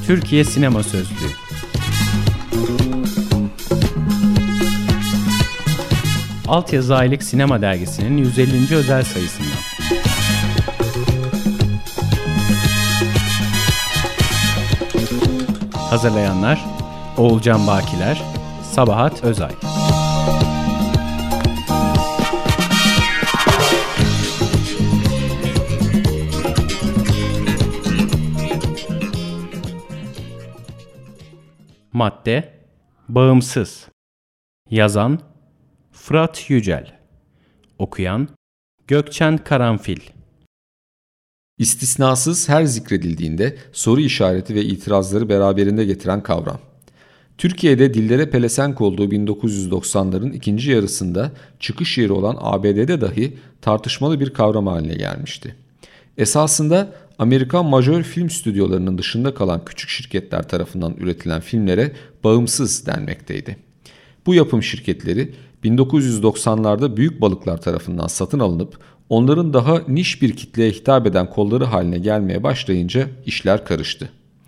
Türkiye Sinema Sözlüğü. Altyazı Aylık Sinema Dergisi'nin 150. özel sayısından. Hazırlayanlar Oğulcan Bakiler, Sabahat Özay. Madde: Bağımsız. Yazan: Fırat Yücel. Okuyan: Gökçen Karanfil. İstisnasız her zikredildiğinde soru işareti ve itirazları beraberinde getiren kavram. Türkiye'de dillere pelesenk olduğu 1990'ların ikinci yarısında çıkış yeri olan ABD'de dahi tartışmalı bir kavram haline gelmişti. Esasında Amerikan majör film stüdyolarının dışında kalan küçük şirketler tarafından üretilen filmlere bağımsız denmekteydi. Bu yapım şirketleri 1990'larda büyük balıklar tarafından satın alınıp onların daha niş bir kitleye hitap eden kolları haline gelmeye başlayınca işler karıştı.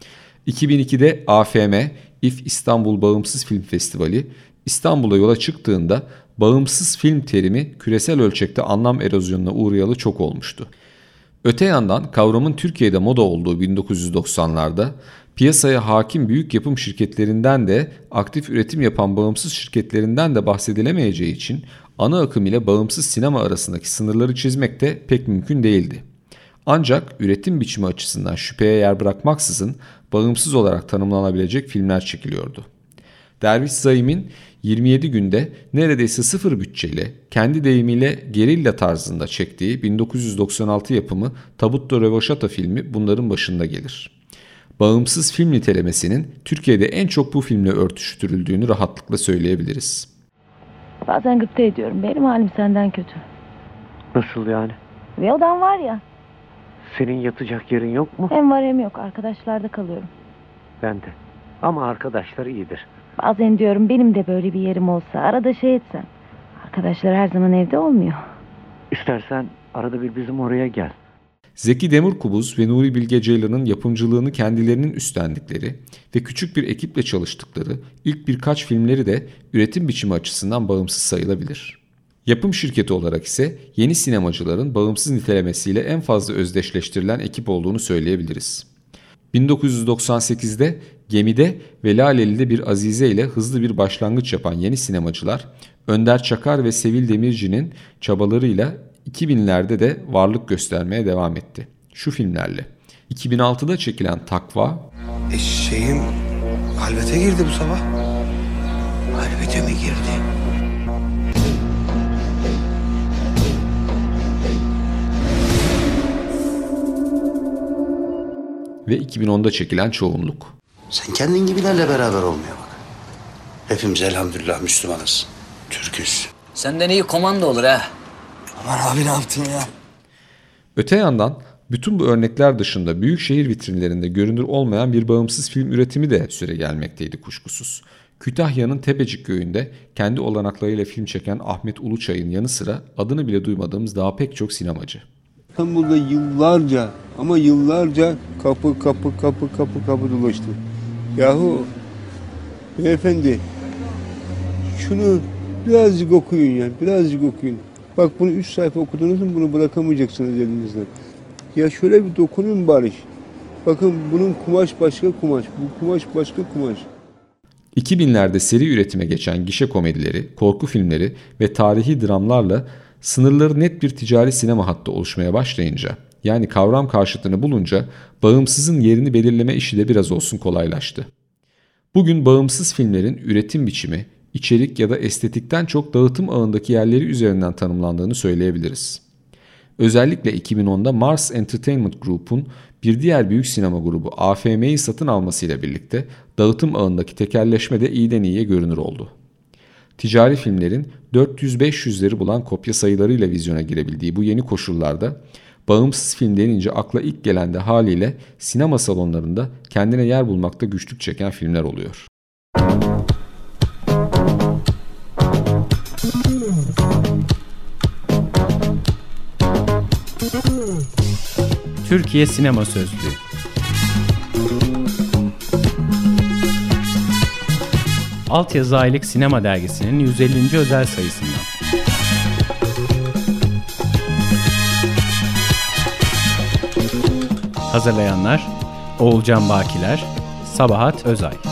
2002'de AFM, İF İstanbul Bağımsız Film Festivali İstanbul'a yola çıktığında bağımsız film terimi küresel ölçekte anlam erozyonuna uğrayalı çok olmuştu. Öte yandan kavramın Türkiye'de moda olduğu 1990'larda piyasaya hakim büyük yapım şirketlerinden de aktif üretim yapan bağımsız şirketlerinden de bahsedilemeyeceği için ana akım ile bağımsız sinema arasındaki sınırları çizmek de pek mümkün değildi. Ancak üretim biçimi açısından şüpheye yer bırakmaksızın bağımsız olarak tanımlanabilecek filmler çekiliyordu. Derviş Zaim'in 27 günde neredeyse sıfır bütçeyle kendi deyimiyle gerilla tarzında çektiği 1996 yapımı Tabutto Revaşata filmi bunların başında gelir. Bağımsız film nitelemesinin Türkiye'de en çok bu filmle örtüştürüldüğünü rahatlıkla söyleyebiliriz. Bazen gıpta ediyorum. Benim halim senden kötü. Nasıl yani? Bir odan var ya. Senin yatacak yerin yok mu? Hem var hem yok. Arkadaşlarda kalıyorum. Ben de. Ama arkadaşlar iyidir. Bazen diyorum benim de böyle bir yerim olsa. Arada şey etsem. Arkadaşlar her zaman evde olmuyor. İstersen arada bir bizim oraya gel. Zeki Demirkubuz ve Nuri Bilge Ceylan'ın yapımcılığını kendilerinin üstlendikleri ve küçük bir ekiple çalıştıkları ilk birkaç filmleri de üretim biçimi açısından bağımsız sayılabilir. Yapım şirketi olarak ise yeni sinemacıların bağımsız nitelemesiyle en fazla özdeşleştirilen ekip olduğunu söyleyebiliriz. 1998'de Gemide ve Laleli'de bir Azize ile hızlı bir başlangıç yapan yeni sinemacılar Önder Çakar ve Sevil Demirci'nin çabalarıyla 2000'lerde de varlık göstermeye devam etti. Şu filmlerle: 2006'da çekilen Takva, Eşeğim halvete girdi bu sabah. Halvete mi girdi? ve 2010'da çekilen Çoğunluk. Sen kendin gibilerle beraber olmaya bak. Hepimiz elhamdülillah Müslümanız. Türküz. Senden iyi komando olur ha. Aman abi ne yaptın ya? Öte yandan bütün bu örnekler dışında büyük şehir vitrinlerinde görünür olmayan bir bağımsız film üretimi de süregelmekteydi kuşkusuz. Kütahya'nın Tepecik köyünde kendi olanaklarıyla film çeken Ahmet Uluçay'ın yanı sıra adını bile duymadığımız daha pek çok sinemacı. İstanbul'da yıllarca ama yıllarca kapı dolaştım. Yahu beyefendi şunu birazcık okuyun ya, birazcık okuyun. Bak bunu 3 sayfa okudunuz mu bunu bırakamayacaksınız elinizden. Ya şöyle bir dokunun bari. Bakın bunun kumaş başka kumaş, bu kumaş başka kumaş. 2000'lerde seri üretime geçen gişe komedileri, korku filmleri ve tarihi dramlarla sınırları net bir ticari sinema hattı oluşmaya başlayınca, yani kavram karşıtını bulunca bağımsızın yerini belirleme işi de biraz olsun kolaylaştı. Bugün bağımsız filmlerin üretim biçimi, içerik ya da estetikten çok dağıtım ağındaki yerleri üzerinden tanımlandığını söyleyebiliriz. Özellikle 2010'da Mars Entertainment Group'un bir diğer büyük sinema grubu AFM'yi satın almasıyla birlikte dağıtım ağındaki tekelleşme de iyiden iyiye görünür oldu. Ticari filmlerin 400-500'leri bulan kopya sayılarıyla vizyona girebildiği bu yeni koşullarda bağımsız film denince akla ilk gelen de haliyle sinema salonlarında kendine yer bulmakta güçlük çeken filmler oluyor. Türkiye Sinema Sözlüğü. Altyazı Aylık Sinema Dergisi'nin 150. özel sayısından. Hazırlayanlar Oğulcan Bakiler, Sabahat Özay.